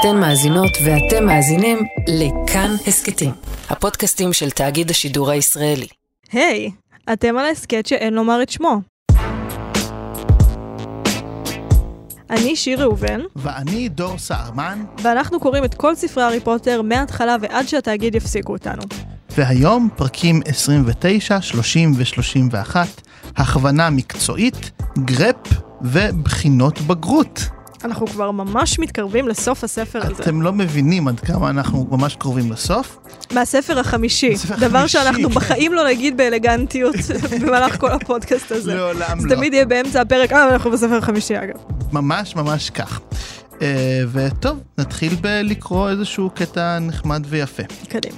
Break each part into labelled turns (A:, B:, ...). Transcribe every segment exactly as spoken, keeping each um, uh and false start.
A: אתן מאזינות ואתם מאזינים לכאן הסקטים, הפודקאסטים של תאגיד השידור הישראלי.
B: היי, hey, אתם על הסקט שאין לומר את שמו. אני שיר ראובן.
C: ואני דור סערמן.
B: ואנחנו קוראים את כל ספרי הארי פוטר מההתחלה ועד שהתאגיד יפסיקו אותנו.
C: והיום פרקים עשרים ותשע, שלושים ו-שלושים ואחת, הכוונה מקצועית, גרפ ובחינות בגרות.
B: אנחנו כבר ממש מתקרבים לסוף הספר הזה.
C: אתם לא מבינים עד כמה אנחנו ממש קרובים לסוף.
B: מהספר החמישי. דבר החמישי, שאנחנו כן. בחיים לא נגיד באלגנטיות במהלך כל הפודקאסט הזה.
C: לעולם
B: זה
C: לא.
B: תמיד יהיה באמצע הפרק, אה, אנחנו בספר החמישי אגב.
C: ממש ממש כך. Uh, וטוב, נתחיל בלקרוא איזשהו קטע נחמד ויפה.
B: קדימה.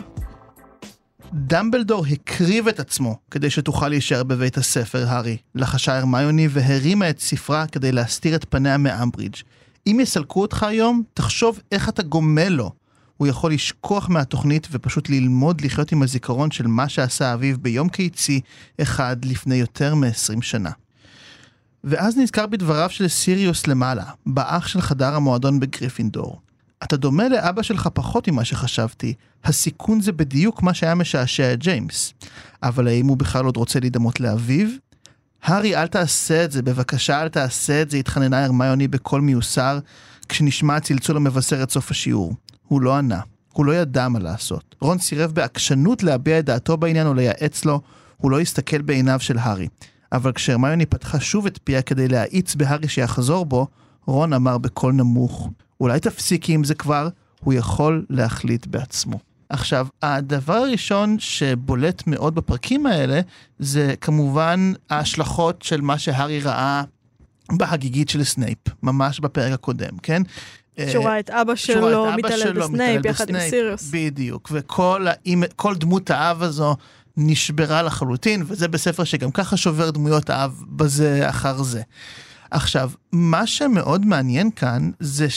C: דמבלדור הקריב את עצמו כדי שתוכל להישאר בבית הספר, הארי. לחשה הרמיוני והרימה את ספרה כדי להסתיר את פניה מאמברידג'. אם יסלקו אותך היום, תחשוב איך אתה גומל לו. הוא יכול לשכוח מהתוכנית ופשוט ללמוד לחיות עם הזיכרון של מה שעשה אביו ביום קיצי אחד לפני יותר מ-עשרים שנה. ואז נזכר בדבריו של סיריוס למעלה, באח של חדר המועדון בגריפינדור. אתה דומה לאבא שלך פחות ממה שחשבתי, הסיכון זה בדיוק מה שהיה משעשע את ג'יימס. אבל האם הוא בכלל עוד רוצה להידמות לאביו? הארי, אל תעשה את זה, בבקשה אל תעשה את זה, התחננה הרמיוני בקול מיוסר, כשנשמע צלצול המבשר את סוף השיעור. הוא לא ענה, הוא לא ידע מה לעשות. רון סירב בעקשנות להביע את דעתו בעניין או לייעץ לו, הוא לא הסתכל בעיניו של הארי. אבל כשהרמיוני פתחה שוב את פיה כדי להאיץ בהארי שיחזור בו, רון אמר בקול נמוך, אולי תפסיקי עם זה כבר, הוא יכול להחליט בעצמו. עכשיו, הדבר הראשון שבולט מאוד בפרקים האלה, זה כמובן ההשלכות של מה שהארי ראה בהגיגית של סנייפ, ממש בפרק הקודם, כן?
B: שהוא ראה את אבא שלו מתעלל בסנייפ יחד עם סיריוס.
C: בדיוק, וכל כל דמות האב הזו נשברה לחלוטין, וזה בספר שגם ככה שובר דמויות האב בזה אחר זה. עכשיו, מה שמאוד מעניין כאן זה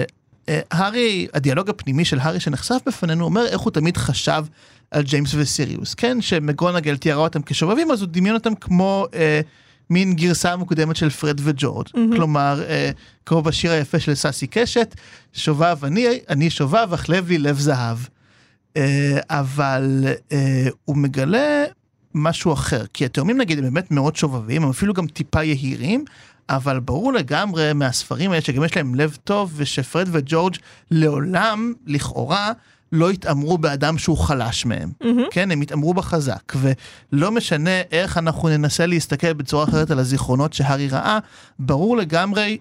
C: שהארי, הדיאלוג הפנימי של הארי שנחשף בפנינו, אומר איך הוא תמיד חשב על ג'יימס וסיריוס, כן? שמגונגל תיארה אותם כשובבים, אז הוא דמיין אותם כמו אה, מין גרסה מוקדמת של פרד וג'ורג'. Mm-hmm. כלומר, אה, כמו בשיר היפה של סאסי קשת, שובב אני, אני שובב, אך לב לי לב זהב. אה, אבל אה, הוא מגלה משהו אחר, כי התאומים נגיד הם באמת מאוד שובבים, הם אפילו גם טיפה יהירים, אבל ברור לגמרי מהספרים האלה שגם יש להם לב טוב, ושפרד וג'ורג' לעולם, לכאורה, לא יתאמרו באדם שהוא חלש מהם. Mm-hmm. כן, הם יתאמרו בחזק, ולא משנה איך אנחנו ננסה להסתכל בצורה אחרת על הזיכרונות שהארי ראה, ברור לגמרי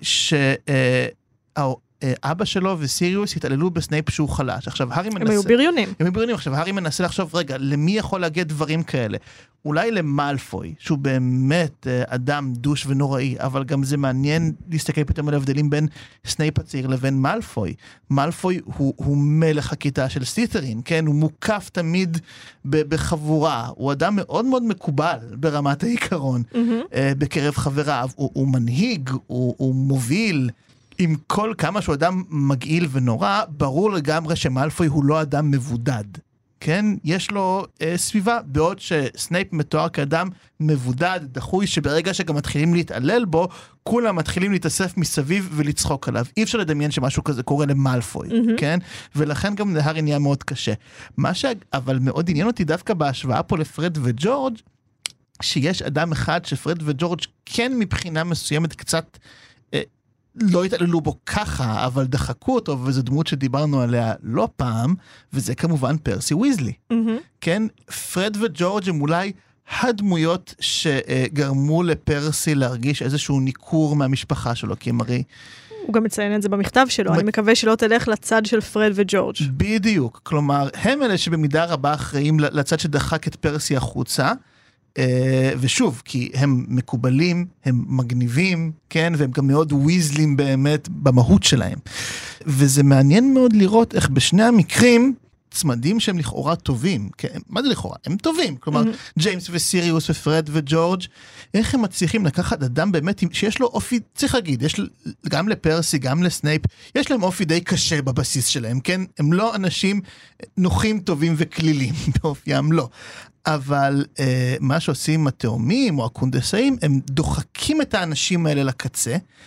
C: שאבא שלו וסיריוס התעללו בסנייפ שהוא חלש. עכשיו, הארי מנסה... הם
B: היו בריונים.
C: הם היו בריונים. עכשיו, הארי מנסה לחשוב, רגע, למי יכול להגיד דברים כאלה? אולי למאלפוי, שהוא באמת אדם דוש ונוראי, אבל גם זה מעניין להסתכל פתאום על ההבדלים בין סנייפ הצעיר לבין מאלפוי. מאלפוי הוא, הוא מלך הכיתה של סלית'רין, כן? הוא מוקף תמיד בחבורה, הוא אדם מאוד מאוד מקובל ברמת העיקרון, mm-hmm. בקרב חבריו, הוא, הוא מנהיג, הוא, הוא מוביל, עם כל כמה שהוא אדם מגעיל ונורא, ברור לגמרי שמאלפוי הוא לא אדם מבודד. כן, יש לו אה, סביבה, בעוד שסנייפ מתואר כאדם מבודד, דחוי, שברגע שגם מתחילים להתעלל בו, כולם מתחילים להתאסף מסביב ולצחוק עליו. אי אפשר לדמיין שמשהו כזה קורה למאלפוי, mm-hmm. כן? ולכן גם להארי נהיה מאוד קשה. מה ש... אבל מאוד עניין אותי דווקא בהשוואה פה לפרד וג'ורג', שיש אדם אחד שפרד וג'ורג' כן מבחינה מסוימת קצת... אה, לא התעללו בו ככה, אבל דחקו אותו, וזו דמות שדיברנו עליה לא פעם, וזה כמובן פרסי ויזלי. Mm-hmm. כן? פרד וג'ורג' הם אולי הדמויות שגרמו לפרסי להרגיש איזשהו ניכור מהמשפחה שלו, כי הם הרי...
B: הוא גם מציין את זה במכתב שלו, אני מקווה שלא תלך לצד של פרד וג'ורג'.
C: בדיוק, כלומר, הם אלה שבמידה רבה אחראים לצד שדחק את פרסי החוצה, ושוב, כי הם מקובלים, הם מגניבים, כן, והם גם מאוד וויזלים באמת במהות שלהם. וזה מעניין מאוד לראות איך בשני המקרים, צמדים שהם לכאורה טובים, כן, מה זה לכאורה? הם טובים, כלומר, mm-hmm. ג'יימס וסיריוס ופרד וג'ורג', איך הם מצליחים לקחת אדם באמת, שיש לו אופי, צריך להגיד, יש גם לפרסי, גם לסנייפ, יש להם אופי די קשה בבסיס שלהם, כן? הם לא אנשים נוחים, טובים וכלילים, באופיים לא. אבל אה, מה שעושים התאומים או הקונדסאים, הם דוחקים את האנשים האלה לקצה,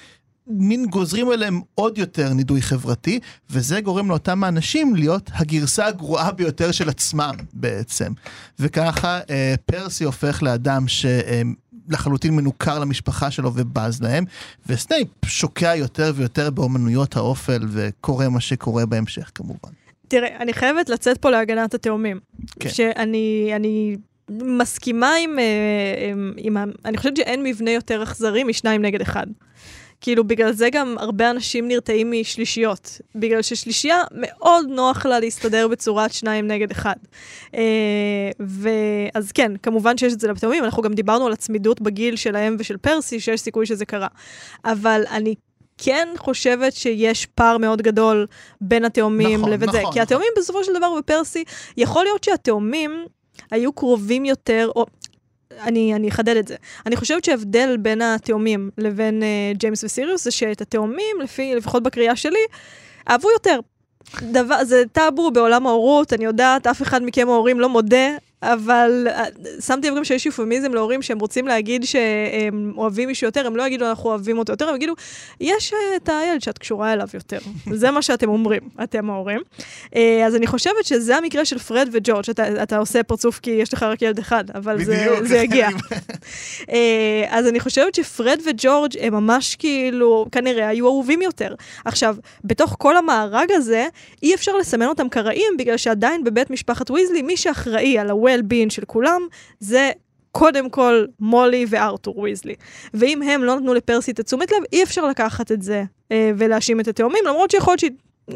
C: מין גוזרים אליהם עוד יותר נידוי חברתי, וזה גורם לאותם האנשים להיות הגרסה הגרועה ביותר של עצמם בעצם. וככה פרסי הופך לאדם שלחלוטין מנוכר למשפחה שלו ובז להם, וסנייפ שוקע יותר ויותר באומנויות האופל, וקורה מה שקורה בהמשך כמובן.
B: תראה, אני חייבת לצאת פה להגנת התאומים.
C: כן.
B: שאני אני מסכימה עם, עם, עם, עם... אני חושבת שאין מבנה יותר אכזרי משניים נגד אחד. כאילו, בגלל זה גם הרבה אנשים נרתעים משלישיות. בגלל ששלישייה מאוד נוח לה להסתדר בצורת שניים נגד אחד. ואז כן, כמובן שיש את זה לתאומים, אנחנו גם דיברנו על הצמידות בגיל שלהם ושל פרסי, שיש סיכוי שזה קרה. אבל אני כן חושבת שיש פער מאוד גדול בין התאומים
C: נכון,
B: לבין זה.
C: נכון,
B: כי התאומים בסופו של דבר בפרסי, יכול להיות שהתאומים היו קרובים יותר, או אני, אני אחדד את זה. אני חושבת שההבדל בין התאומים לבין uh, ג'יימס וסיריוס, זה שאת התאומים, לפי, לפחות בקריאה שלי, אהבו יותר. דבר, זה טאבו בעולם ההורות, אני יודעת, אף אחד מכם ההורים לא מודה, אבל שמתי לב גם שיש יופמיזם להורים שהם רוצים להגיד שהם אוהבים מישהו יותר, הם לא יגידו אנחנו אוהבים אותו יותר, הם יגידו, יש את הילד שאת קשורה אליו יותר. זה מה שאתם אומרים, אתם ההורים. אז אני חושבת שזה המקרה של פרד וג'ורג', אתה, אתה עושה פרצוף כי יש לך רק ילד אחד, אבל זה, זה יגיע. אז אני חושבת שפרד וג'ורג' הם ממש כאילו, כנראה, היו אהובים יותר. עכשיו, בתוך כל המארג הזה, אי אפשר לסמן אותם קראים, בגלל שעדיין בבית משפחת ויזלי, מי שאחראי על ה-well-being של כולם, זה קודם כל מולי וארתור ויזלי. ואם הם לא נתנו לפרסי את תשומת לב, אי אפשר לקחת את זה אה, ולהאשים את התאומים, למרות שיכול להיות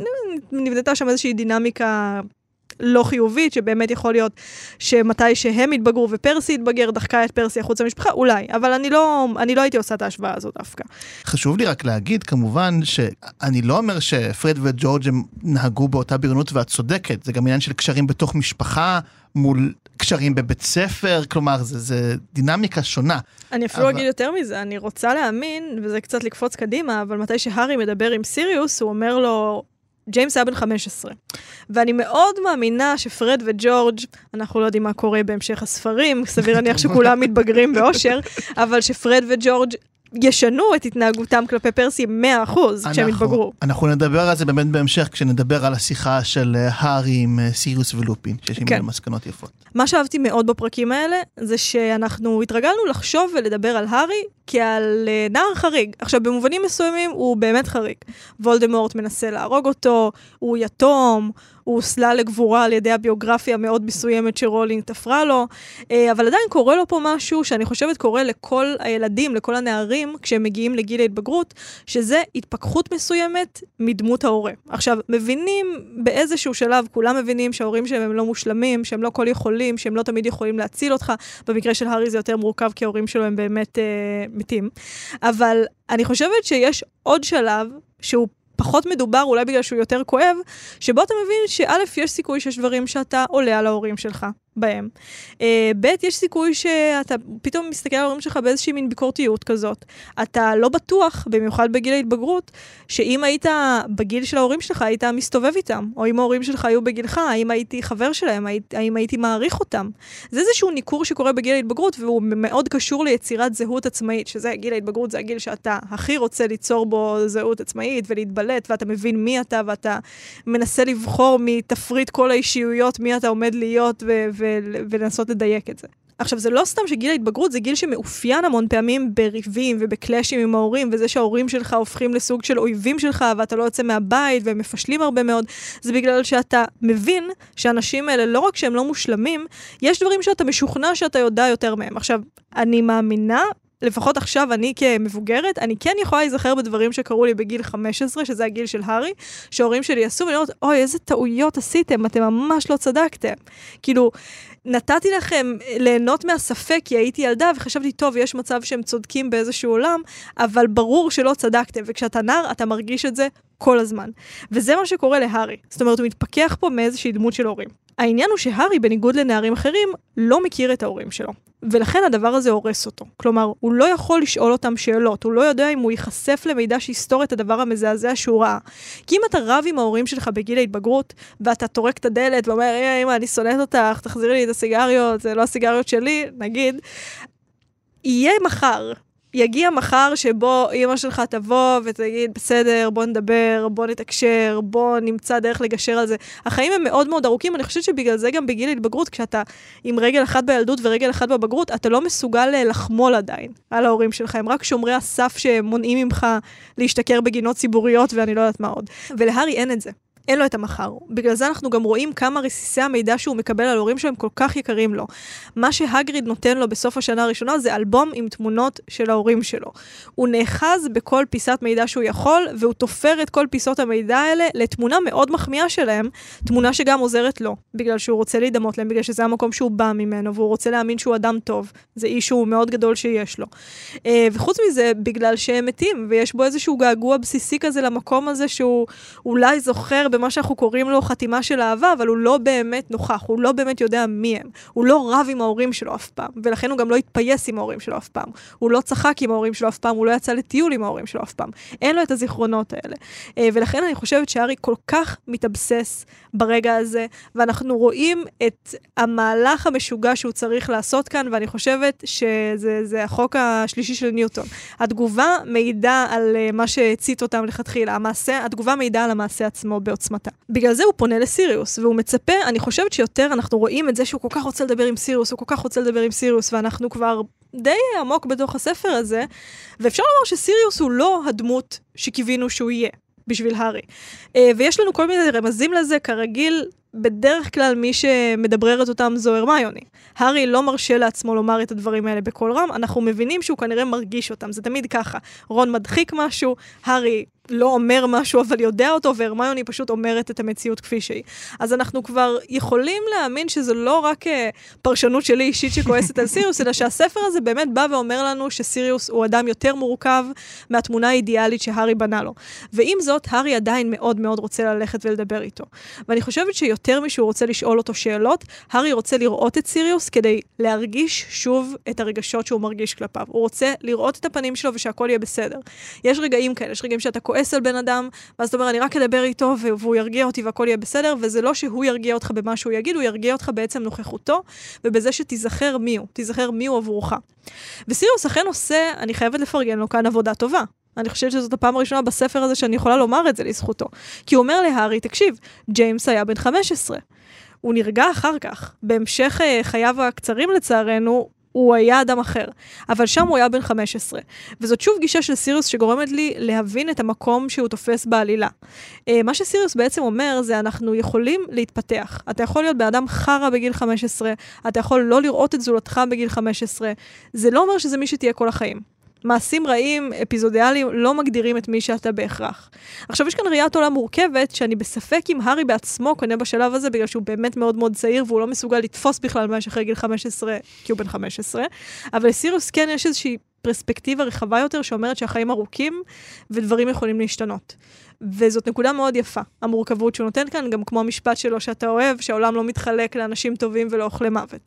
B: שנבדתה שם איזושהי דינמיקה לא חיובית, שבאמת יכול להיות שמתי שהם התבגרו ופרסי התבגר, דחקה את פרסי החוץ למשפחה, אולי, אבל אני לא, אני לא הייתי עושה את ההשוואה הזאת דווקא.
C: חשוב לי רק להגיד, כמובן, שאני לא אומר שפרד וג'ורג' הם נהגו באותה בריונות ואת צודקת, זה גם עניין של קשרים בתוך משפחה, מול קשרים בבית ספר, כלומר, זה, זה דינמיקה שונה.
B: אני אפילו אבל... אגיד יותר מזה, אני רוצה להאמין, וזה קצת לקפוץ קדימה, אבל מתי שהארי מדבר עם סיריוס, הוא אומר לו, ג'יימס היה בן חמש עשרה. ואני מאוד מאמינה שפרד וג'ורג', אנחנו לא יודעים מה קורה בהמשך הספרים, סביר להניח שכולם מתבגרים באושר, אבל שפרד וג'ורג' ישנו את התנהגותם כלפי פרסי מאה אחוז כשהם התבגרו.
C: אנחנו נדבר על זה באמת בהמשך, כשנדבר על השיחה של הארי עם סיריוס ולופין, שיש עם מסקנות יפות.
B: מה שאהבתי מאוד בפרקים האלה, זה שאנחנו התרגלנו לחשוב ולדבר על הארי כעל נער חריג. עכשיו, במובנים מסוימים הוא באמת חריג. וולדמורט מנסה להרוג אותו, הוא יתום, הוא הוסלה לגבורה על ידי הביוגרפיה המאוד מסוימת שרולינג תפרה לו, אבל עדיין קורה לו פה משהו שאני חושבת קורה לכל הילדים, לכל הנערים, כשהם מגיעים לגיל ההתבגרות, שזה התפכחות מסוימת מדמות ההורה. עכשיו, מבינים באיזשהו שלב, כולם מבינים שההורים שלהם הם לא מושלמים, שהם לא כל יכולים, שהם לא תמיד יכולים להציל אותך, במקרה של הארי זה יותר מורכב, כי ההורים שלו הם באמת אה, מתים. אבל אני חושבת שיש עוד שלב שהוא פחות מדובר, אולי בגלל שהוא יותר כואב, שבו אתה מבין שא' יש סיכוי שיש דברים שאתה עולה על ההורים שלך בהם. ב' יש סיכוי שאתה פתאום מסתכל על ההורים שלך באיזושהי מין ביקורתיות כזאת. אתה לא בטוח, במיוחד בגיל ההתבגרות, שאם היית בגיל של ההורים שלך, היית מסתובב איתם, או אם ההורים שלך היו בגילך, האם הייתי חבר שלהם, האם הייתי מעריך אותם. זה איזשהו ניכור שקורה בגיל ההתבגרות, והוא מאוד קשור ליצירת זהות עצמאית, שזה הגיל ההתבגרות, זה הגיל שאתה הכי רוצה ליצור בו זהות עצמאית ולהתבלט, ואתה מבין מי אתה, ואתה מנסה לבחור מתפריט כל האישיויות, מי אתה עומד להיות ו- ו- ולנסות לדייק את זה. עכשיו, זה לא סתם שגיל ההתבגרות, זה גיל שמאופיין המון פעמים בריבים ובקלאשים עם ההורים, וזה שההורים שלך הופכים לסוג של אויבים שלך, ואתה לא יוצא מהבית, והם מפשלים הרבה מאוד, זה בגלל שאתה מבין שאנשים האלה, לא רק שהם לא מושלמים, יש דברים שאתה משוכנע שאתה יודע יותר מהם. עכשיו, אני מאמינה, לפחות עכשיו אני כמבוגרת, אני כן יכולה להיזכר בדברים שקרו לי בגיל חמש עשרה, שזה הגיל של הארי, שההורים שלי עשו, ואני אומרת, אוי, איזה טעויות עשיתם, אתם ממש לא צדקתם. כאילו, נתתי לכם ליהנות מהספק, כי הייתי ילדה, וחשבתי, טוב, יש מצב שהם צודקים באיזשהו עולם, אבל ברור שלא צדקתם, וכשאתה נער, אתה מרגיש את זה כל הזמן. וזה מה שקורה להארי. זאת אומרת, הוא מתפכח פה מאיזושהי דמות של הורים. העניין הוא שהארי, בניגוד לנערים אחרים, לא מכיר את ההורים שלו. ולכן הדבר הזה הורס אותו. כלומר, הוא לא יכול לשאול אותם שאלות, הוא לא יודע אם הוא ייחשף למידע שיסתור את הדבר המזעזע שהוא ראה. כי אם אתה רב עם ההורים שלך בגיל ההתבגרות, ואתה טורק את הדלת ואומר, אה, אמא, אני שונאת אותך, תחזירי לי את הסיגריות, זה לא הסיגריות שלי, נגיד, יהיה מחר. יגיע מחר שבו אמא שלך תבוא ותגיד, בסדר, בוא נדבר, בוא נתקשר, בוא נמצא דרך לגשר על זה. החיים הם מאוד מאוד ארוכים, אני חושבת שבגלל זה גם בגיל התבגרות, כשאתה עם רגל אחת בילדות ורגל אחת בבגרות, אתה לא מסוגל לחמול עדיין על ההורים שלך, הם רק שומרי הסף שמונעים ממך להשתכר בגינות ציבוריות ואני לא יודעת מה עוד. ולהרי אין את זה. אין לו את המחר. בגלל זה אנחנו גם רואים כמה רסיסי המידע שהוא מקבל על הורים שהם כל כך יקרים לו. מה שהגריד נותן לו בסוף השנה הראשונה זה אלבום עם תמונות של ההורים שלו. הוא נאחז בכל פיסת מידע שהוא יכול, והוא תופר את כל פיסות המידע האלה לתמונה מאוד מחמיאה שלהם, תמונה שגם עוזרת לו, בגלל שהוא רוצה להידמות להם, בגלל שזה המקום שהוא בא ממנו, והוא רוצה להאמין שהוא אדם טוב. זה איש שהוא מאוד גדול שיש לו. וחוץ מזה, בגלל שהם מתים, ויש בו איזשהו געגוע בסיסי כזה למקום הזה שהוא אולי זוכר במה שאנחנו קוראים לו חתימה של אהבה, אבל הוא לא באמת נוכח, הוא לא באמת יודע מי הם. הוא לא רב עם ההורים שלו אף פעם, ולכן הוא גם לא התפייס עם ההורים שלו אף פעם. הוא לא צחק עם ההורים שלו אף פעם, הוא לא יצא לטיול עם ההורים שלו אף פעם. אין לו את הזיכרונות האלה. ולכן אני חושבת שהארי כל כך מתאבסס ברגע הזה, ואנחנו רואים את המהלך המשוגע שהוא צריך לעשות כאן, ואני חושבת שזה זה החוק השלישי של ניוטון. התגובה מעידה על מה שהצית אותם לכתחילה. המעשה, התגובה מעידה על המעשה עצמו בעוצמתה. בגלל זה הוא פונה לסיריוס, והוא מצפה, אני חושבת שיותר אנחנו רואים את זה שהוא כל כך רוצה לדבר עם סיריוס, הוא כל כך רוצה לדבר עם סיריוס, ואנחנו כבר די עמוק בתוך הספר הזה, ואפשר לומר שסיריוס הוא לא הדמות שקיווינו שהוא יהיה בשביל הארי. ויש לנו כל מיני רמזים לזה, כרגיל, בדרך כלל מי שמדבררת אותם זו הרמיוני. הארי לא מרשה לעצמו לומר את הדברים האלה בכל רם, אנחנו מבינים שהוא כנראה מרגיש אותם, זה תמיד ככה. רון מדחיק משהו, הארי לא אומר משהו אבל יודע אותו, והרמיוני פשוט אומרת את המציאות כפי שהיא. אז אנחנו כבר יכולים להאמין שזה לא רק פרשנות שלי אישית שכועסת על סיריוס, אלא שהספר הזה באמת בא ואומר לנו שסיריוס הוא אדם יותר מורכב מהתמונה האידיאלית שהארי בנה לו. ועם זאת, הארי עדיין מאוד מאוד רוצה ללכת ולדבר איתו. ואני חושבת שיותר משהו רוצה לשאול אותו שאלות, הארי רוצה לראות את סיריוס כדי להרגיש שוב את הרגשות שהוא מרגיש כלפיו. הוא רוצה לראות את הפנים שלו ושהכל יהיה בסדר. יש רגעים כאלה, יש רגעים שאתה כועס על בן אדם, ואז אתה אומר, אני רק אדבר איתו, והוא ירגיע אותי והכל יהיה בסדר, וזה לא שהוא ירגיע אותך במה שהוא יגיד, הוא ירגיע אותך בעצם נוכחותו, ובזה שתיזכר מי הוא, תיזכר מי הוא עבורך. וסיריוס אכן עושה, אני חייבת לפרגן לו כאן עבודה טובה. אני חושבת שזאת הפעם הראשונה בספר הזה שאני יכולה לומר את זה לזכותו. כי הוא אומר להארי, תקשיב, ג'יימס היה בן חמש עשרה. הוא נרגע אחר כך. בהמשך חייו הקצרים לצערנו, הוא היה אדם אחר, אבל שם הוא היה בן חמש עשרה. וזאת שוב גישה של סיריוס שגורמת לי להבין את המקום שהוא תופס בעלילה. מה שסיריוס בעצם אומר זה אנחנו יכולים להתפתח. אתה יכול להיות באדם חרה בגיל חמש עשרה, אתה יכול לא לראות את זולתך בגיל חמש עשרה. זה לא אומר שזה מי שתהיה כל החיים. מעשים רעים, אפיזודיאליים, לא מגדירים את מי שאתה בהכרח. עכשיו, יש כאן ראיית עולם מורכבת, שאני בספק אם הארי בעצמו קונה בשלב הזה, בגלל שהוא באמת מאוד מאוד צעיר, והוא לא מסוגל לתפוס בכלל מה שאחרי גיל חמש עשרה, כי הוא בן חמש עשרה. אבל לסיריוס כן יש איזושהי פרספקטיבה רחבה יותר, שאומרת שהחיים ארוכים, ודברים יכולים להשתנות. וזאת נקודה מאוד יפה, המורכבות שהוא נותן כאן, גם כמו המשפט שלו שאתה אוהב, שהעולם לא מתחלק לאנשים טובים ולא אוכלי מוות.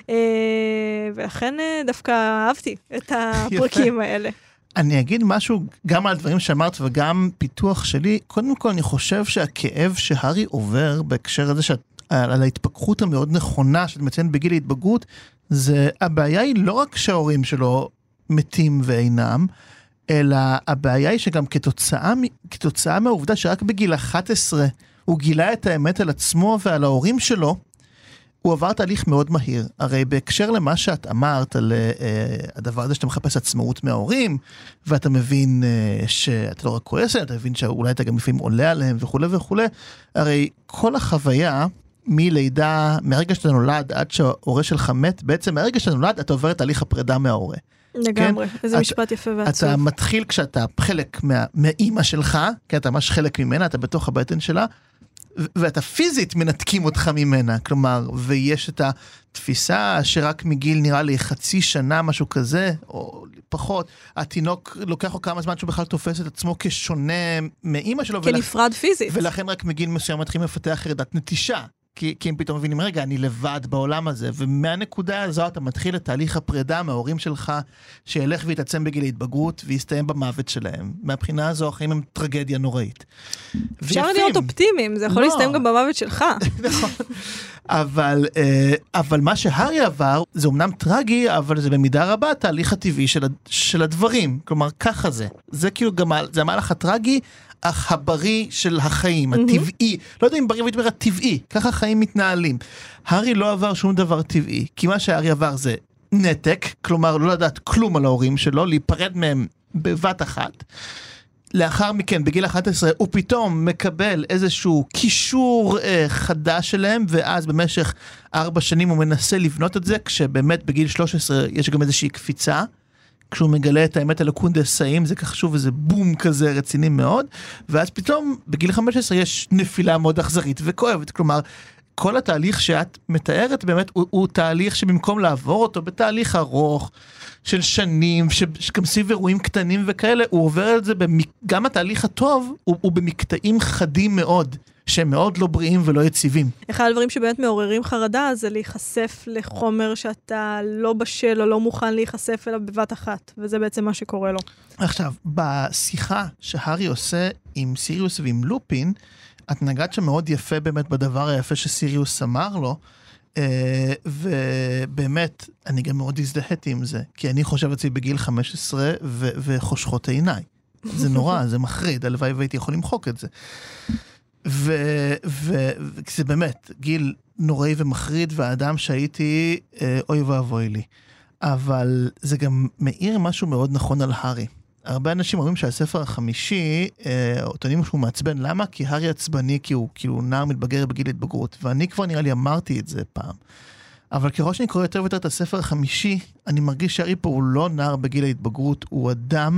B: ולכן דווקא אהבתי את הפרקים האלה.
C: אני אגיד משהו גם על דברים שאמרת וגם פיתוח שלי. קודם כל אני חושב שהכאב שהארי עובר בהקשר הזה שאת, על ההתפכחות המאוד נכונה שאת מציין בגיל ההתבגרות, זה הבעיה היא לא רק שההורים שלו מתים ואינם, אלא הבעיה היא שגם כתוצאה, כתוצאה מהעובדה שרק בגיל אחת עשרה הוא גילה את האמת על עצמו ועל ההורים שלו, הוא עבר תהליך מאוד מהיר. הרי בהקשר למה שאת אמרת על uh, הדבר הזה שאתה מחפש עצמאות מההורים, ואתה מבין uh, שאתה לא רק כועס, אתה מבין שאולי אתה גם לפעמים עולה עליהם וכו' וכו'. הרי כל החוויה מלידה, מהרגע שאתה נולד עד שההורה שלך מת, בעצם מהרגע שאתה נולד אתה עובר את תהליך הפרידה מההורה.
B: לגמרי,
C: כן?
B: איזה
C: את,
B: משפט יפה ועצוב.
C: אתה מתחיל כשאתה חלק מה, מהאימא שלך, כי אתה ממש חלק ממנה, אתה בתוך הבטן שלה, ו- ואתה פיזית מנתקים אותך ממנה, כלומר, ויש את התפיסה שרק מגיל נראה לי חצי שנה, משהו כזה, או פחות, התינוק לוקח לו כמה זמן שהוא בכלל תופס את עצמו כשונה מאימא שלו.
B: כנפרד ולכ... פיזית.
C: ולכן רק מגיל מסוים מתחילים לפתח ירידת נטישה. כי, כי הם פתאום מבינים, רגע, אני לבד בעולם הזה, ומהנקודה הזו אתה מתחיל את תהליך הפרידה מההורים שלך, שילך ויתעצם בגיל ההתבגרות, ויסתיים במוות שלהם. מהבחינה הזו, החיים הם טרגדיה נוראית.
B: אפשר להיות אופטימיים, זה יכול להסתיים גם במוות שלך.
C: נכון. אבל, אבל מה שהארי עבר, זה אומנם טרגי, אבל זה במידה רבה התהליך הטבעי של, של הדברים. כלומר, ככה זה. זה כאילו גם, זה המהלך הטרגי, אך הבריא של החיים, הטבעי. לא יודע אם בריא והייתי אומר הטבעי, ככה החיים מתנהלים. הארי לא עבר שום דבר טבעי, כי מה שהארי עבר זה נתק, כלומר לא לדעת כלום על ההורים שלו, להיפרד מהם בבת אחת. לאחר מכן, בגיל אחת עשרה, הוא פתאום מקבל איזשהו קישור אה, חדש שלהם, ואז במשך ארבע שנים הוא מנסה לבנות את זה, כשבאמת בגיל שלוש עשרה יש גם איזושהי קפיצה, כשהוא מגלה את האמת על הקונדסאים, זה ככה שוב איזה בום כזה רציני מאוד, ואז פתאום בגיל חמש עשרה יש נפילה מאוד אכזרית וכואבת, כלומר, כל התהליך שאת מתארת באמת הוא, הוא תהליך שבמקום לעבור אותו בתהליך ארוך של שנים, שגם סביב אירועים קטנים וכאלה, הוא עובר את זה, במק... גם התהליך הטוב הוא, הוא במקטעים חדים מאוד, שהם מאוד לא בריאים ולא יציבים.
B: אחד הדברים שבאמת מעוררים חרדה זה להיחשף לחומר שאתה לא בשל או לא מוכן להיחשף אליו בבת אחת, וזה בעצם מה שקורה לו. עכשיו,
C: בשיחה שהארי עושה עם סיריוס ועם לופין, את נגעת שמאוד יפה באמת בדבר היפה שסיריוס אמר לו, ובאמת, אני גם מאוד הזדהיתי עם זה, כי אני חושב אצלי בגיל חמש עשרה ו- וחושכות עיניי. זה נורא, זה מחריד, הלוואי והייתי יכול למחוק את זה. וזה באמת גיל נוראי ומחריד, והאדם שהייתי, אוי ואבוי לי. אבל זה גם מאיר משהו מאוד נכון על הארי. הרבה אנשים אומרים שהספר החמישי, אותנים שהוא מעצבן, למה? כי הארי עצבני, כי הוא כאילו נער מתבגר בגיל התבגרות, ואני כבר נראה לי אמרתי את זה פעם. אבל ככל שאני קורא יותר ויותר את הספר החמישי, אני מרגיש שהארי פה הוא לא נער בגיל ההתבגרות, הוא אדם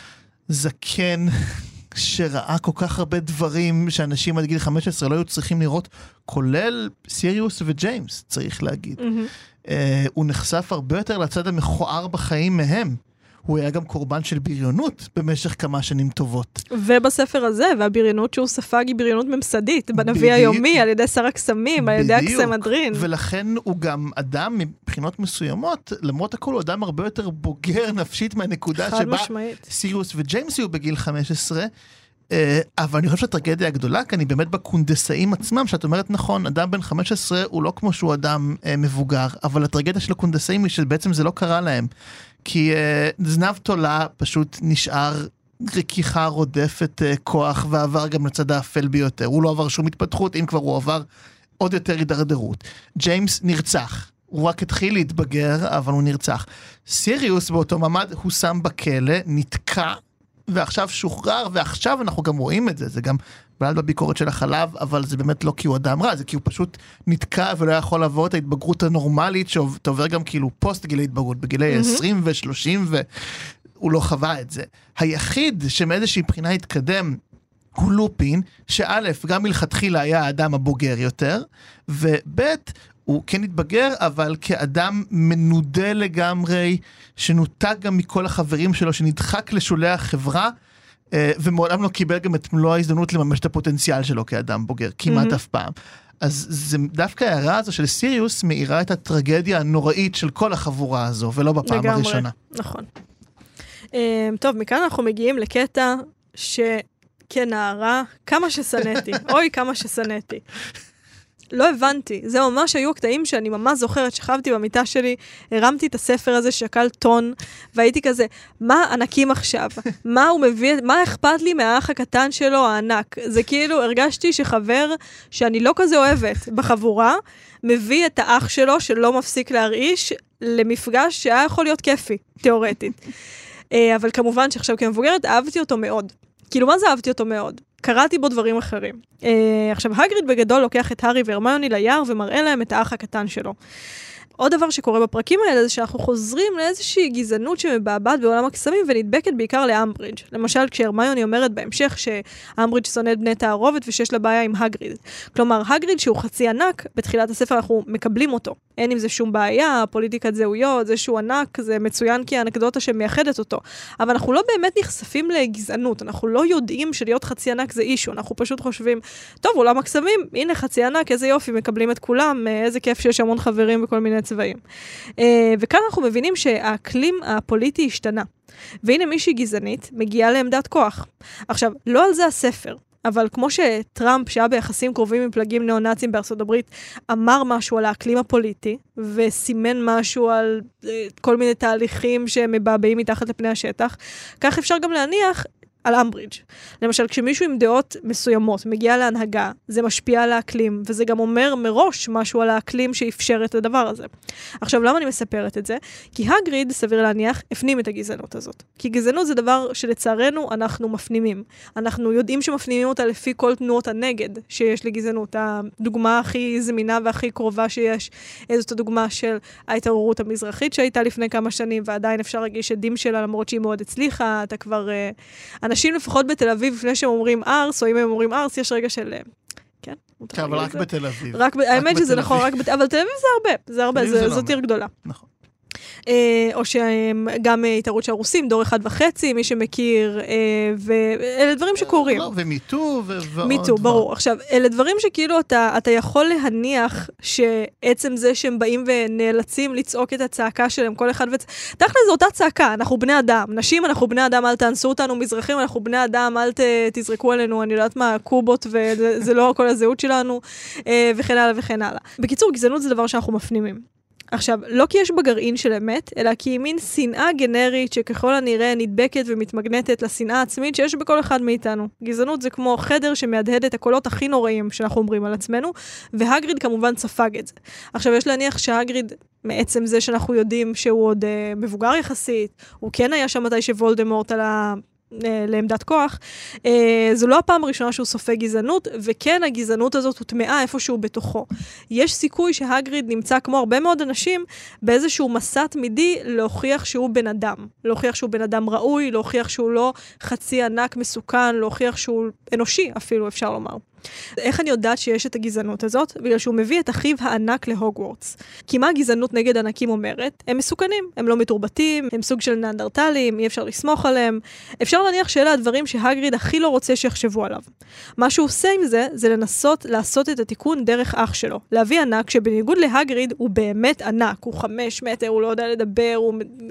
C: זקן, שראה כל כך הרבה דברים שאנשים עד גיל חמש עשרה לא היו צריכים לראות, כולל סיריוס וג'יימס, צריך להגיד. Mm-hmm. Uh, הוא נחשף הרבה יותר לצד המכוער בחיים מהם. הוא היה גם קורבן של בריונות במשך כמה שנים טובות.
B: ובספר הזה, והבריונות שהוא ספג היא בריונות ממסדית, בנביא היומי, על ידי שר הקסמים, על ידי הקסמדרין.
C: ולכן הוא גם אדם מבחינות מסוימות, למרות הכל הוא אדם הרבה יותר בוגר נפשית מהנקודה שבה סיריוס וג'יימס היו בגיל חמש עשרה, אבל אני חושב שהטרגדיה הגדולה, כי אני באמת בקונדסאים עצמם, שאת אומרת נכון, אדם בן חמש עשרה הוא לא כמו שהוא אדם מבוגר, אבל הטרגדיה של הקונדסאים היא שבעצם זה לא קרה להם. כי uh, זנב תולה פשוט נשאר רכיחה רודפת uh, כוח, ועבר גם לצד האפל ביותר. הוא לא עבר שום התפתחות, אם כבר הוא עבר עוד יותר הידרדרות. ג'יימס נרצח. הוא רק התחיל להתבגר, אבל הוא נרצח. סיריוס באותו ממד הוא שם בכלא, נתקע, ועכשיו שוחרר, ועכשיו אנחנו גם רואים את זה. זה גם בעד בביקורת של החלב, אבל זה באמת לא כי הוא אדם רע, זה כי הוא פשוט נתקע ולא יכול לעבור את ההתבגרות הנורמלית, שעובר גם כאילו פוסט גילי התבגרות, בגילי עשרים ושלושים, והוא לא חווה את זה. היחיד שמאיזושהי בחינה התקדם, הוא לופין, שא' גם מלכתחילה היה האדם הבוגר יותר, וב' הוא כן התבגר, אבל כאדם מנודה לגמרי, שנותק גם מכל החברים שלו, שנדחק לשולי החברה, ומעולם לא קיבל גם את מלוא ההזדמנות לממש את הפוטנציאל שלו כאדם בוגר, כמעט אף פעם. אז זה דווקא ההערה הזו של סיריוס מאירה את הטרגדיה הנוראית של כל החבורה הזו, ולא בפעם הראשונה.
B: נכון. טוב, מכאן אנחנו מגיעים לקטע שכנערה, כמה שסנאתי, אוי כמה שסנאתי. לא הבנתי, זה ממש היו הקטעים שאני ממש זוכרת, שכבתי במיטה שלי, הרמתי את הספר הזה שקל טון, והייתי כזה, מה ענקים עכשיו? מה הוא מביא, מה אכפת לי מהאח הקטן שלו הענק? זה כאילו, הרגשתי שחבר שאני לא כזה אוהבת בחבורה, מביא את האח שלו שלא מפסיק להרעיש, למפגש שהיה יכול להיות כיפי, תיאורטית. אבל כמובן שעכשיו כמבוגרת, אהבתי אותו מאוד. כאילו, מה זה אהבתי אותו מאוד? קראתי בו דברים אחרים. Uh, עכשיו, הגריד בגדול לוקח את הארי והרמיוני ליער ומראה להם את האח הקטן שלו. עוד דבר שקורה בפרקים האלה זה שאנחנו חוזרים לאיזושהי גזענות שמבעבעת בעולם הקסמים ונדבקת בעיקר לאמברידג'. למשל, כשהרמיוני אומרת בהמשך שאמברידג' שונא את בני תערובת ושיש לה בעיה עם הגריד. כלומר, הגריד שהוא חצי ענק, בתחילת הספר אנחנו מקבלים אותו. אין עם זה שום בעיה, פוליטיקת זהויות, זה שהוא ענק, זה מצוין כי האנקדוטה שמייחדת אותו. אבל אנחנו לא באמת נחשפים לגזענות, אנחנו לא יודעים שלהיות חצי ענק זה אישו, אנחנו פשוט חושבים, טוב, עולם הקסמים, הנה חצי ענק, איזה יופי, מקבלים את כולם, איזה כיף שיש המון חברים וכל מיני צבעים. וכאן אנחנו מבינים שהאקלים הפוליטי השתנה. והנה מישהי גזענית מגיעה לעמדת כוח. עכשיו, לא על זה הספר. אבל כמו שטראמפ, שהיה ביחסים קרובים עם פלגים ניאו-נאצים בארצות הברית, אמר משהו על האקלים הפוליטי, וסימן משהו על כל מיני תהליכים שמבעבעים מתחת לפני השטח, כך אפשר גם להניח על אמברידג'. למשל, כשמישהו עם דעות מסוימות מגיע להנהגה, זה משפיע על האקלים, וזה גם אומר מראש משהו על האקלים שאפשר את הדבר הזה. עכשיו, למה אני מספרת את זה? כי הגריד, סביר להניח, הפנים את הגזענות הזאת. כי גזענות זה דבר שלצערנו אנחנו מפנימים. אנחנו יודעים שמפנימים אותה לפי כל תנועות הנגד שיש לגזענות. הדוגמה הכי זמינה והכי קרובה שיש, זאת הדוגמה של ההתעוררות המזרחית שהייתה לפני כמה שנים, ועדיין אפשר להגיש עדים שלה, למרות שהיא מאוד הצליחה, אתה כבר... אנשים לפחות בתל אביב, לפני שהם אומרים ארס, או אם הם אומרים ארס, יש רגע של... כן?
C: אבל רק בתל אביב.
B: האמת שזה נכון, רק בתל אביב. אבל תל אביב זה הרבה, זה הרבה, זאת עיר גדולה.
C: נכון.
B: או שגם התערות של הרוסים, דור אחד וחצי, מי שמכיר, ואלה דברים שקורים.
C: לא, ומיטו, ועוד.
B: מיטו, ברור. עכשיו, אלה דברים שכאילו אתה יכול להניח שעצם זה שהם באים ונאלצים לצעוק את הצעקה שלהם, כל אחד וצ... תכל'ס זו אותה צעקה, אנחנו בני אדם. נשים, אנחנו בני אדם, אל תאנסו אותנו, מזרחים, אנחנו בני אדם, אל תזרקו עלינו, אני יודעת מה, קובות, וזה לא כל הזהות שלנו, וכן הלאה וכן הלאה. בקיצור, גזענות זה דבר שאנחנו מפנימים. עכשיו, לא כי יש בגרעין של אמת, אלא כי היא מין שנאה גנרית שככל הנראה נדבקת ומתמגנטת לשנאה עצמית שיש בכל אחד מאיתנו. גזענות זה כמו חדר שמהדהד את הקולות הכי נוראים שאנחנו אומרים על עצמנו, והגריד כמובן ספג את זה. עכשיו, יש להניח שהגריד, מעצם זה שאנחנו יודעים שהוא עוד אה, מבוגר יחסית, הוא כן היה שם מתי שוולדמורט על ה... לעמדת כוח, זו לא הפעם הראשונה שהוא סופג גזענות, וכן הגזענות הזאת הוטמעה איפשהו בתוכו. יש סיכוי שהגריד נמצא כמו הרבה מאוד אנשים באיזשהו מסע תמידי להוכיח שהוא בן אדם. להוכיח שהוא בן אדם ראוי, להוכיח שהוא לא חצי ענק מסוכן, להוכיח שהוא אנושי אפילו אפשר לומר. איך אני יודעת שיש את הגזענות הזאת? בגלל שהוא מביא את אחיו הענק להוגוורטס. כי מה הגזענות נגד ענקים אומרת? הם מסוכנים, הם לא מתורבתים, הם סוג של נאנדרטלים, אי אפשר לסמוך עליהם. אפשר להניח שאלה הדברים שהגריד הכי לא רוצה שיחשבו עליו. מה שהוא עושה עם זה, זה לנסות לעשות את התיקון דרך אח שלו. להביא ענק שבניגוד להגריד הוא באמת ענק, הוא חמש מטר, הוא לא יודע לדבר, הוא...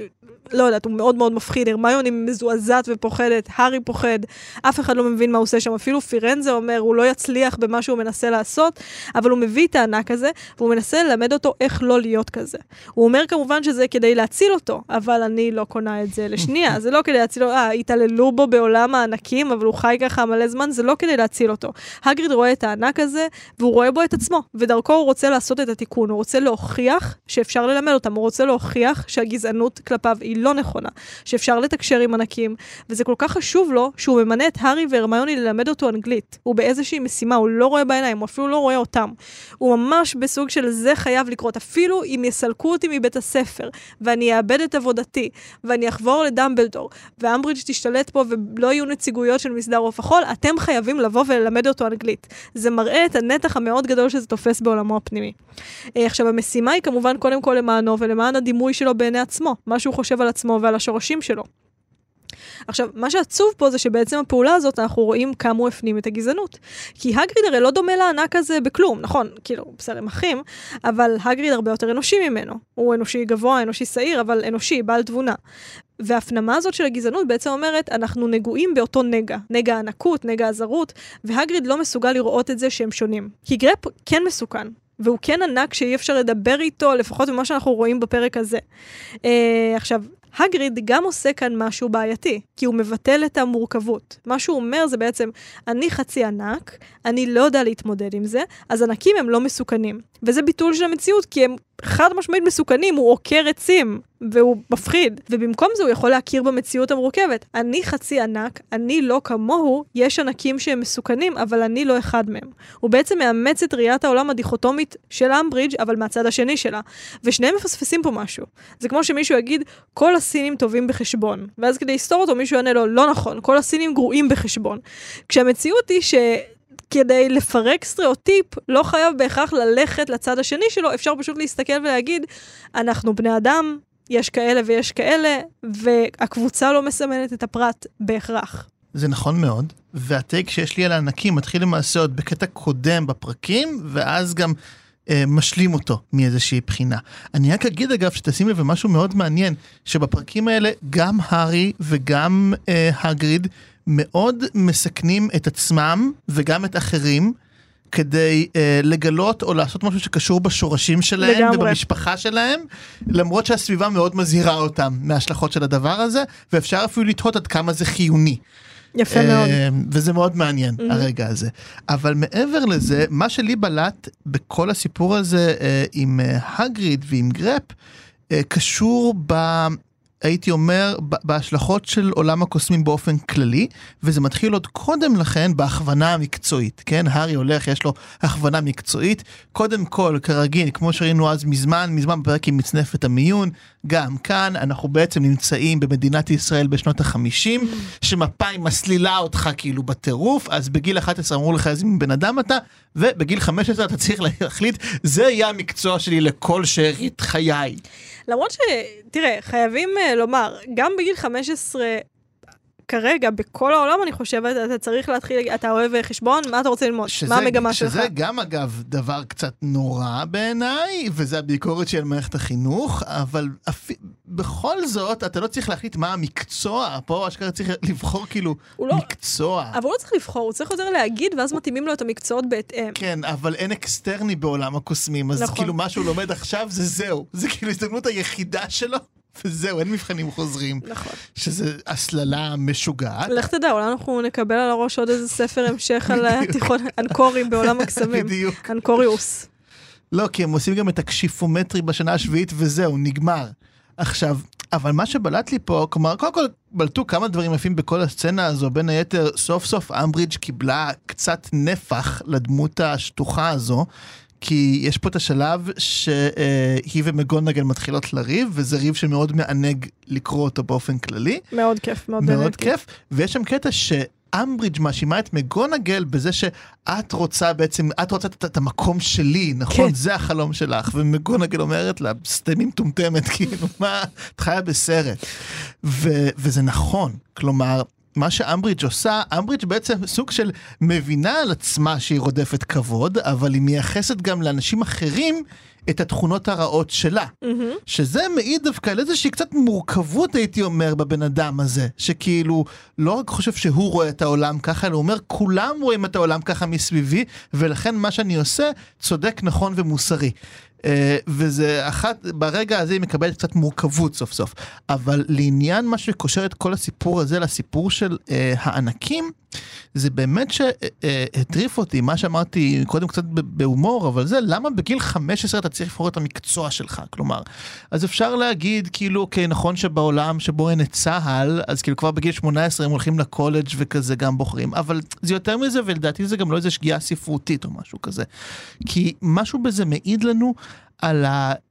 B: לא יודעת, הוא מאוד מאוד מפחיד, הרמיוני מזועזעת ופוחדת, הארי פוחד, אף אחד לא מבין מה הוא עושה שם, אפילו פירנזה אומר, הוא לא יצליח במה שהוא מנסה לעשות, אבל הוא מביא את הענק הזה, והוא מנסה ללמד אותו איך לא להיות כזה. הוא אומר כמובן שזה כדי להציל אותו, אבל אני לא קונה את זה לשנייה, זה לא כדי להציל אותו, אה, התעללו בו בעולם הענקים, אבל הוא חי ככה מלא זמן, זה לא כדי להציל אותו. הגריד רואה את הענק הזה, והוא רואה בו את עצמו, ודרכו הוא רוצה לעשות את התיקון, הוא רוצה להוכיח שאפשר ללמד אותם, הוא רוצה להוכיח שהגזענות כלפיו היא לא נכונה, שאפשר לתקשר עם ענקים, וזה כל כך חשוב לו שהוא ממנה את הארי והרמיוני ללמד אותו אנגלית. הוא באיזושהי משימה, הוא לא רואה בעיניים, הוא אפילו לא רואה אותם. הוא ממש בסוג של זה חייב לקרות, אפילו אם יסלקו אותי מבית הספר, ואני אאבד את עבודתי, ואני אחבור לדמבלדור, ואמברידג' תשתלט פה ולא יהיו נציגויות של מסדר עוף החול, אתם חייבים לבוא וללמד אותו אנגלית. זה מראה את הנתח המאוד גדול שזה תופס בעולמו הפנימי. עכשיו, המשימה היא כמובן קודם כל למענו ולמען הדימוי שלו בעיני עצמו, מה שהוא חושב על עצמו ועל השורשים שלו. עכשיו, מה שעצוב פה זה שבעצם הפעולה הזאת אנחנו רואים כמה הוא הפנים את הגזענות. כי הגריד הרי לא דומה לענק הזה בכלום, נכון? כאילו, בסדר, הם אחים, אבל הגריד הרבה יותר אנושי ממנו. הוא אנושי גבוה, אנושי שעיר, אבל אנושי, בעל תבונה. וההפנמה הזאת של הגזענות בעצם אומרת, אנחנו נגועים באותו נגע, נגע הענקות, נגע הזרות, והגריד לא מסוגל לראות את זה שהם שונים. כי גרפ כן מסוכן. והוא כן ענק שאי אפשר לדבר איתו, לפחות ממה שאנחנו רואים בפרק הזה. אה, עכשיו, הגריד גם עושה כאן משהו בעייתי, כי הוא מבטל את המורכבות. מה שהוא אומר זה בעצם, אני חצי ענק, אני לא יודע להתמודד עם זה, אז ענקים הם לא מסוכנים. וזה ביטול של המציאות, כי הם חד משמעית מסוכנים, הוא עוקר עצים, והוא מפחיד. ובמקום זה הוא יכול להכיר במציאות המורכבת. אני חצי ענק, אני לא כמוהו, יש ענקים שהם מסוכנים, אבל אני לא אחד מהם. הוא בעצם מאמץ את ראיית העולם הדיכוטומית של אמברידג' אבל מהצד השני שלה. ושניהם מפספסים פה משהו. זה כמו שמישהו יגיד, כל הסינים טובים בחשבון. ואז כדי לסתור אותו מישהו יענה לו, לא נכון, כל הסינים גרועים בחשבון. כשהמציאות היא ש... כדי לפרק סטריאוטיפ, לא חייב בהכרח ללכת לצד השני שלו, אפשר פשוט להסתכל ולהגיד, אנחנו בני אדם, יש כאלה ויש כאלה, והקבוצה לא מסמנת את הפרט בהכרח.
C: זה נכון מאוד, והטייק שיש לי על הענקים מתחיל למעשה עוד בקטע קודם בפרקים, ואז גם אה, משלים אותו מאיזושהי בחינה. אני רק אגיד אגב שתשים לב משהו מאוד מעניין, שבפרקים האלה גם הארי וגם אה, הגריד מאוד מסכנים את עצמם וגם את אחרים, כדי uh, לגלות או לעשות משהו שקשור בשורשים שלהם לגמרי. ובמשפחה שלהם, למרות שהסביבה מאוד מזהירה אותם מההשלכות של הדבר הזה, ואפשר אפילו לתהות עד כמה זה חיוני.
B: יפה uh, מאוד.
C: וזה מאוד מעניין, mm-hmm. הרגע הזה. אבל מעבר לזה, מה שלי בלט בכל הסיפור הזה uh, עם uh, הגריד ועם גרפ, uh, קשור ב... הייתי אומר, בהשלכות של עולם הקוסמים באופן כללי, וזה מתחיל עוד קודם לכן בהכוונה המקצועית, כן? הארי הולך, יש לו הכוונה מקצועית, קודם כל, כרגיל, כמו שראינו אז מזמן, מזמן בפרק עם מצנפת המיון, גם כאן אנחנו בעצם נמצאים במדינת ישראל בשנות החמישים, שמפאי מסלילה אותך כאילו בטירוף, אז בגיל אחת עשרה אמרו לך איזה בן אדם אתה, ובגיל חמש עשרה אתה צריך להחליט, זה יהיה המקצוע שלי לכל שארית חיי.
B: למרות ש, תראה, חייבים לומר, גם בגיל חמש עשרה, כרגע, בכל העולם אני חושבת, אתה צריך להתחיל, אתה אוהב חשבון, מה אתה רוצה ללמוד?
C: שזה,
B: מה המגמה
C: שזה
B: שלך?
C: שזה גם אגב דבר קצת נורא בעיניי, וזה הביקורת של מערכת החינוך, אבל אפ... בכל זאת, אתה לא צריך להחליט מה המקצוע, פה אשכרה צריך לבחור כאילו לא, מקצוע.
B: אבל הוא לא צריך לבחור, הוא צריך יותר להגיד, ואז מתאימים לו את המקצועות בהתאם.
C: כן, אבל אין אקסטרני בעולם הקוסמים, אז נכון. כאילו מה שהוא לומד עכשיו זה זהו, זה כאילו הזדמנות היחידה שלו. וזהו, אין מבחנים חוזרים.
B: נכון.
C: שזה הסללה משוגעת.
B: לך תדע, אולי אנחנו נקבל על הראש עוד איזה ספר המשך על התיכון אנקורים בעולם הקסמים.
C: בדיוק.
B: אנקוריוס.
C: לא, כי הם עושים גם את הקשיפומטרי בשנה השביעית, וזהו, נגמר. עכשיו, אבל מה שבלט לי פה, כלומר, קודם כל בלטו כמה דברים יפים בכל הסצנה הזו, בין היתר, סוף סוף אמברידג' קיבלה קצת נפח לדמות השטוחה הזו, כי יש פה את השלב שהיא ומגונגל מתחילות לריב, וזה ריב שמאוד מענג לקרוא אותו באופן כללי.
B: מאוד כיף, מאוד
C: מאוד, מאוד כיף. ויש שם קטע שאמברידג' מאשימה את מגונגל בזה שאת רוצה בעצם, את רוצה את, את המקום שלי, נכון? כן. זה החלום שלך. ומגונגל אומרת לה, סתמים טומטמת, כאילו, מה? את חיה בסרט. ו, וזה נכון. כלומר, מה שאמברידג' עושה, אמברידג' בעצם סוג של מבינה על עצמה שהיא רודפת כבוד, אבל היא מייחסת גם לאנשים אחרים את התכונות הרעות שלה. Mm-hmm. שזה מעיד דווקא על איזושהי קצת מורכבות, הייתי אומר, בבן אדם הזה, שכאילו לא רק חושב שהוא רואה את העולם ככה, אלא הוא אומר, כולם רואים את העולם ככה מסביבי, ולכן מה שאני עושה צודק, נכון ומוסרי. Uh, וזה אחת, ברגע הזה היא מקבלת קצת מורכבות סוף סוף, אבל לעניין מה שקושר את כל הסיפור הזה לסיפור של uh, הענקים, זה באמת שהטריף אותי, מה שאמרתי קודם קצת בהומור, אבל זה למה בגיל חמש עשרה אתה צריך לבחור את המקצוע שלך, כלומר, אז אפשר להגיד כאילו, אוקיי, נכון שבעולם שבו אין את צהל, אז כאילו כבר בגיל שמונה עשרה הם הולכים לקולג' וכזה גם בוחרים, אבל זה יותר מזה, ולדעתי זה גם לא איזה שגיאה ספרותית או משהו כזה, כי משהו בזה מעיד לנו על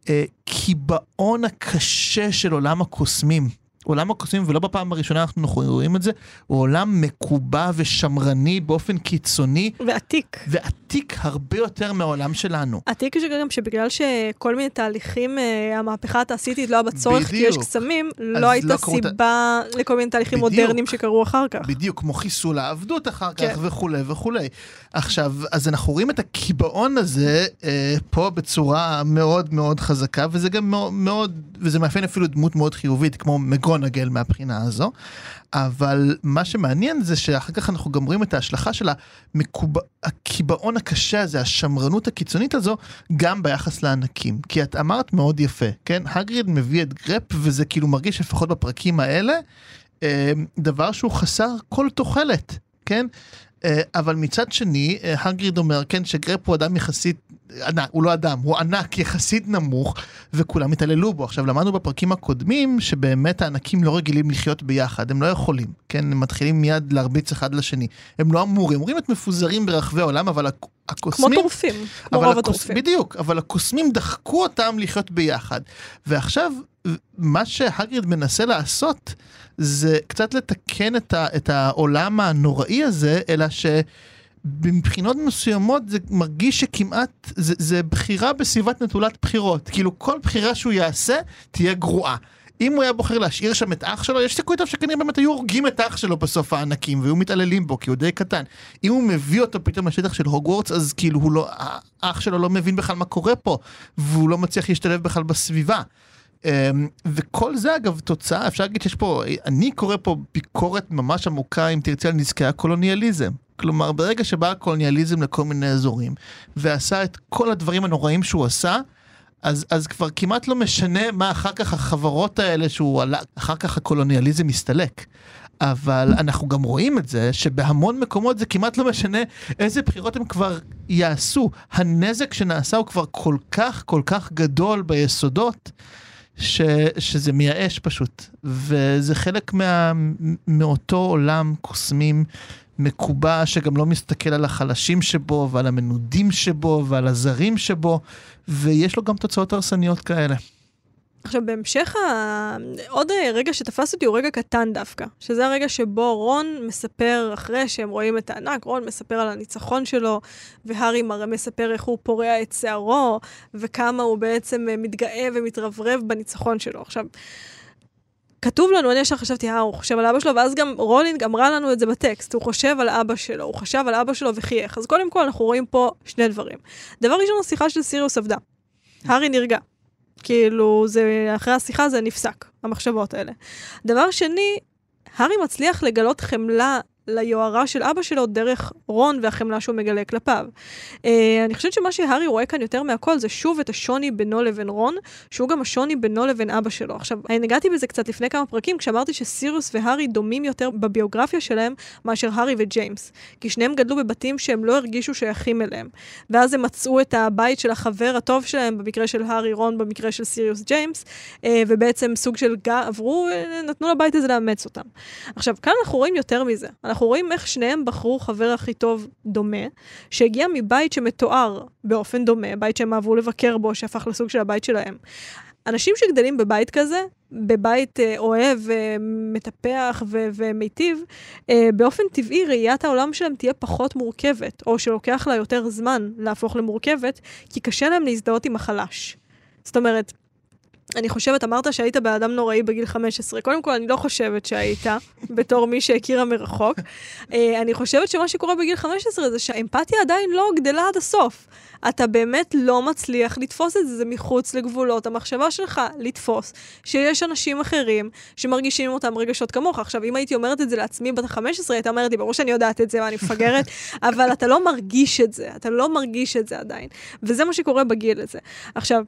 C: הקיבעון הקשה של עולם הקוסמים, עולם הקוסמים, ולא בפעם הראשונה אנחנו רואים את זה, הוא עולם מקובע ושמרני באופן קיצוני.
B: ועתיק.
C: ועתיק הרבה יותר מהעולם שלנו.
B: עתיק שגם שבגלל שכל מיני תהליכים, המהפכה התעשייתית לא היה בצורך, כי יש קסמים, לא הייתה סיבה לכל מיני תהליכים מודרניים שקרו אחר כך.
C: בדיוק, כמו חיסול העבדות אחר כך וכו' וכו'. עכשיו, אז אנחנו רואים את הקיבעון הזה פה בצורה מאוד מאוד חזקה, וזה גם מאוד, וזה מאפיין אפילו דמות מאוד חיובית, כמו מגונגל מהבחינה הזו, אבל מה שמעניין זה שאחר כך אנחנו גם רואים את ההשלכה של המקוב... הקיבעון הקשה הזה, השמרנות הקיצונית הזו, גם ביחס לענקים. כי את אמרת מאוד יפה, כן? הגריד מביא את גרפ, וזה כאילו מרגיש לפחות בפרקים האלה, דבר שהוא חסר כל תוחלת, כן? אבל מצד שני, הגריד אומר, כן, שגרפ הוא אדם יחסית, ענק, הוא לא אדם, הוא ענק יחסית נמוך, וכולם התעללו בו. עכשיו, למדנו בפרקים הקודמים, שבאמת הענקים לא רגילים לחיות ביחד, הם לא יכולים, כן, הם מתחילים מיד להרביץ אחד לשני. הם לא אמורים, אמורים את מפוזרים ברחבי העולם, אבל הקוסמים...
B: כמו טורפים, כמו רוב הטורפים.
C: בדיוק, אבל הקוסמים דחקו אותם לחיות ביחד. ועכשיו, מה שהגריד מנסה לעשות, זה קצת לתקן את, ה, את העולם הנוראי הזה, אלא שבבחינות מסוימות זה מרגיש שכמעט, זה, זה בחירה בסביבת נטולת בחירות. כאילו כל בחירה שהוא יעשה תהיה גרועה. אם הוא היה בוחר להשאיר שם את אח שלו, יש סיכוי טוב שכנראה באמת היו הורגים את אח שלו בסוף הענקים, והיו מתעללים בו, כי הוא די קטן. אם הוא מביא אותו פתאום לשטח של הוגוורטס, אז כאילו הוא לא, האח שלו לא מבין בכלל מה קורה פה, והוא לא מצליח להשתלב בכלל בסביבה. וכל זה אגב תוצאה, אפשר להגיד שיש פה, אני קורא פה ביקורת ממש עמוקה אם תרצה על נזקי הקולוניאליזם. כלומר, ברגע שבא הקולוניאליזם לכל מיני אזורים, ועשה את כל הדברים הנוראים שהוא עשה, אז, אז כבר כמעט לא משנה מה אחר כך החברות האלה שהוא עלה, אחר כך הקולוניאליזם מסתלק. אבל אנחנו גם רואים את זה, שבהמון מקומות זה כמעט לא משנה איזה בחירות הם כבר יעשו. הנזק שנעשה הוא כבר כל כך, כל כך גדול ביסודות, ש, שזה מייאש פשוט. וזה חלק מה, מאותו עולם קוסמים מקובע, שגם לא מסתכל על החלשים שבו, ועל המנודים שבו, ועל הזרים שבו, ויש לו גם תוצאות הרסניות כאלה.
B: עכשיו, בהמשך, ה... עוד רגע שתפס אותי הוא רגע קטן דווקא, שזה הרגע שבו רון מספר, אחרי שהם רואים את הענק, רון מספר על הניצחון שלו, והארי מראה מספר איך הוא פורע את שערו, וכמה הוא בעצם מתגאה ומתרברב בניצחון שלו. עכשיו, כתוב לנו, אני ישר חשבתי, אה, הוא חושב על אבא שלו, ואז גם רולינג אמרה לנו את זה בטקסט, הוא חושב על אבא שלו, הוא חשב על אבא שלו וחייך. אז קודם כל אנחנו רואים פה שני דברים. דבר ראשון, השיחה של סיריוס עבדה. הארי נרגע. כאילו, זה, אחרי השיחה זה נפסק, המחשבות האלה. דבר שני, הארי מצליח לגלות חמלה ליוערה של אבא שלו דרך רון והחמלה שהוא מגלה כלפיו. Uh, אני חושבת שמה שהארי רואה כאן יותר מהכל זה שוב את השוני בינו לבין רון, שהוא גם השוני בינו לבין אבא שלו. עכשיו, אני נגעתי בזה קצת לפני כמה פרקים, כשאמרתי שסיריוס והארי דומים יותר בביוגרפיה שלהם מאשר הארי וג'יימס. כי שניהם גדלו בבתים שהם לא הרגישו שייכים אליהם. ואז הם מצאו את הבית של החבר הטוב שלהם, במקרה של הארי רון, במקרה של סיריוס ג'יימס, uh, ובעצם סוג של גא, עברו, נתנו לבית הזה לאמץ אותם. עכשיו, כאן אנחנו רואים יותר מזה. אנחנו רואים איך שניהם בחרו חבר הכי טוב דומה, שהגיע מבית שמתואר באופן דומה, בית שהם אהבו לבקר בו, שהפך לסוג של הבית שלהם. אנשים שגדלים בבית כזה, בבית אה, אוהב, אה, מטפח ו- ומיטיב, אה, באופן טבעי ראיית העולם שלהם תהיה פחות מורכבת, או שלוקח לה יותר זמן להפוך למורכבת, כי קשה להם להזדהות עם החלש. זאת אומרת, אני חושבת, אמרת שהיית באדם נוראי בגיל חמש עשרה. קודם כל, אני לא חושבת שהיית, בתור מי שהכירה מרחוק. אני חושבת שמה שקורה בגיל חמש עשרה זה שהאמפתיה עדיין לא גדלה עד הסוף. אתה באמת לא מצליח לתפוס את זה, זה מחוץ לגבולות. המחשבה שלך לתפוס שיש אנשים אחרים שמרגישים אותם רגשות כמוך. עכשיו, אם הייתי אומרת את זה לעצמי בת ה-חמש עשרה, הייתה אומרת לי, ברור שאני יודעת את זה ואני מפגרת, אבל אתה לא מרגיש את זה, אתה לא מרגיש את זה עדיין. וזה מה שקורה בגיל הזה. עכשיו,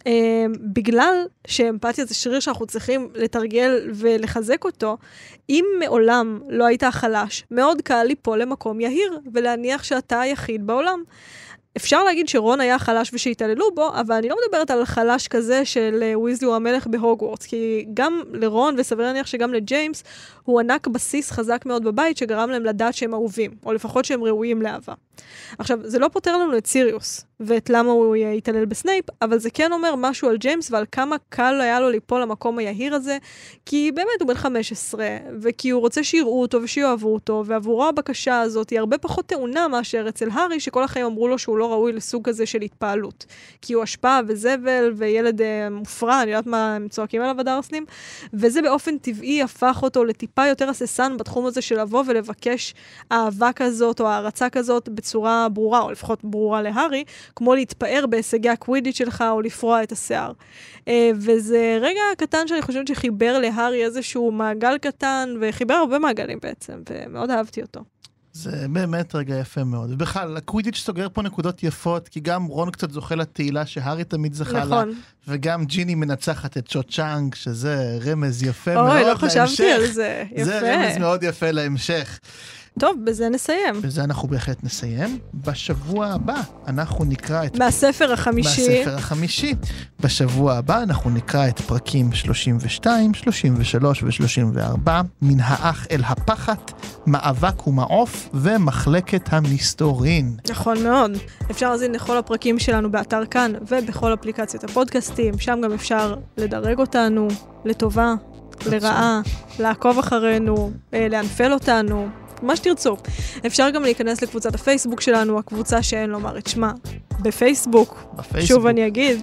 B: בגלל שאמפתיה זה שריר שאנחנו צריכים לתרגל ולחזק אותו, אם מעולם לא היית חלש, מאוד קל ליפול למקום יהיר ולהניח שאתה היחיד בעולם. אפשר להגיד שרון היה חלש ושהתעללו בו, אבל אני לא מדברת על חלש כזה של ויזלי הוא המלך בהוגוורטס, כי גם לרון וסביר להניח שגם לג'יימס, הוא ענק בסיס חזק מאוד בבית שגרם להם לדעת שהם אהובים, או לפחות שהם ראויים לאהבה. עכשיו, זה לא פותר לנו את סיריוס, ואת למה הוא יתעלל בסנייפ, אבל זה כן אומר משהו על ג'יימס, ועל כמה קל היה לו ליפול למקום היהיר הזה, כי באמת הוא בן חמש עשרה, וכי הוא רוצה שיראו אותו ושיאהבו אותו, ועבורו הבקשה הזאת היא הרבה פחות טעונה מאשר אצל הארי, שכל החיים אמרו לו שהוא לא ראוי לסוג כזה של התפעלות. כי הוא השפעה וזבל, וילד אה, מופרע, אני יודעת מה הם צועקים עליו הדרסלים, וזה באופן טבעי הפך אותו לטיפה יותר הססן בתחום הזה של לבוא ולבקש אהבה כזאת, או הערצה כזאת, בצורה ברורה, או לפחות ברורה להארי, כמו להתפאר בהישגי הקווידיץ' שלך, או לפרוע את השיער. וזה רגע קטן שאני חושבת שחיבר להארי איזשהו מעגל קטן, וחיבר הרבה מעגלים בעצם, ומאוד אהבתי אותו.
C: זה באמת רגע יפה מאוד. ובכלל, הקווידיץ' סוגר פה נקודות יפות, כי גם רון קצת זוכה לתהילה שהארי תמיד זכה לה, וגם ג'יני מנצחת את צ'ו צ'אנג, שזה רמז יפה מאוד להמשך.
B: אוי, לא חשבתי על זה. יפה.
C: זה רמז מאוד יפה להמשך.
B: טוב, בזה נסיים.
C: בזה אנחנו בהחלט נסיים. בשבוע הבא אנחנו נקרא את...
B: מהספר החמישי.
C: מהספר החמישי. בשבוע הבא אנחנו נקרא את פרקים שלושים ושתיים, שלושים ושלוש ו-שלושים וארבע, מן האח אל הפחת, מאבק ומעוף ומחלקת המסתורין. נכון מאוד. אפשר להזין לכל הפרקים שלנו באתר כאן ובכל אפליקציות הפודקאסטים. שם גם אפשר לדרג אותנו לטובה, לרעה, לעקוב אחרינו, להנפל אותנו. מה שתרצו. אפשר גם להיכנס לקבוצת הפייסבוק שלנו, הקבוצה שאין לומר את שמה, בפייסבוק. בפייסבוק. שוב אני אגיד.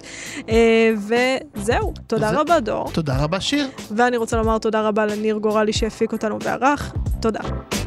C: וזהו. תודה וזה... רבה דור. תודה רבה שיר.
B: ואני רוצה לומר תודה רבה לניר גורלי שהפיק אותנו וערך. תודה.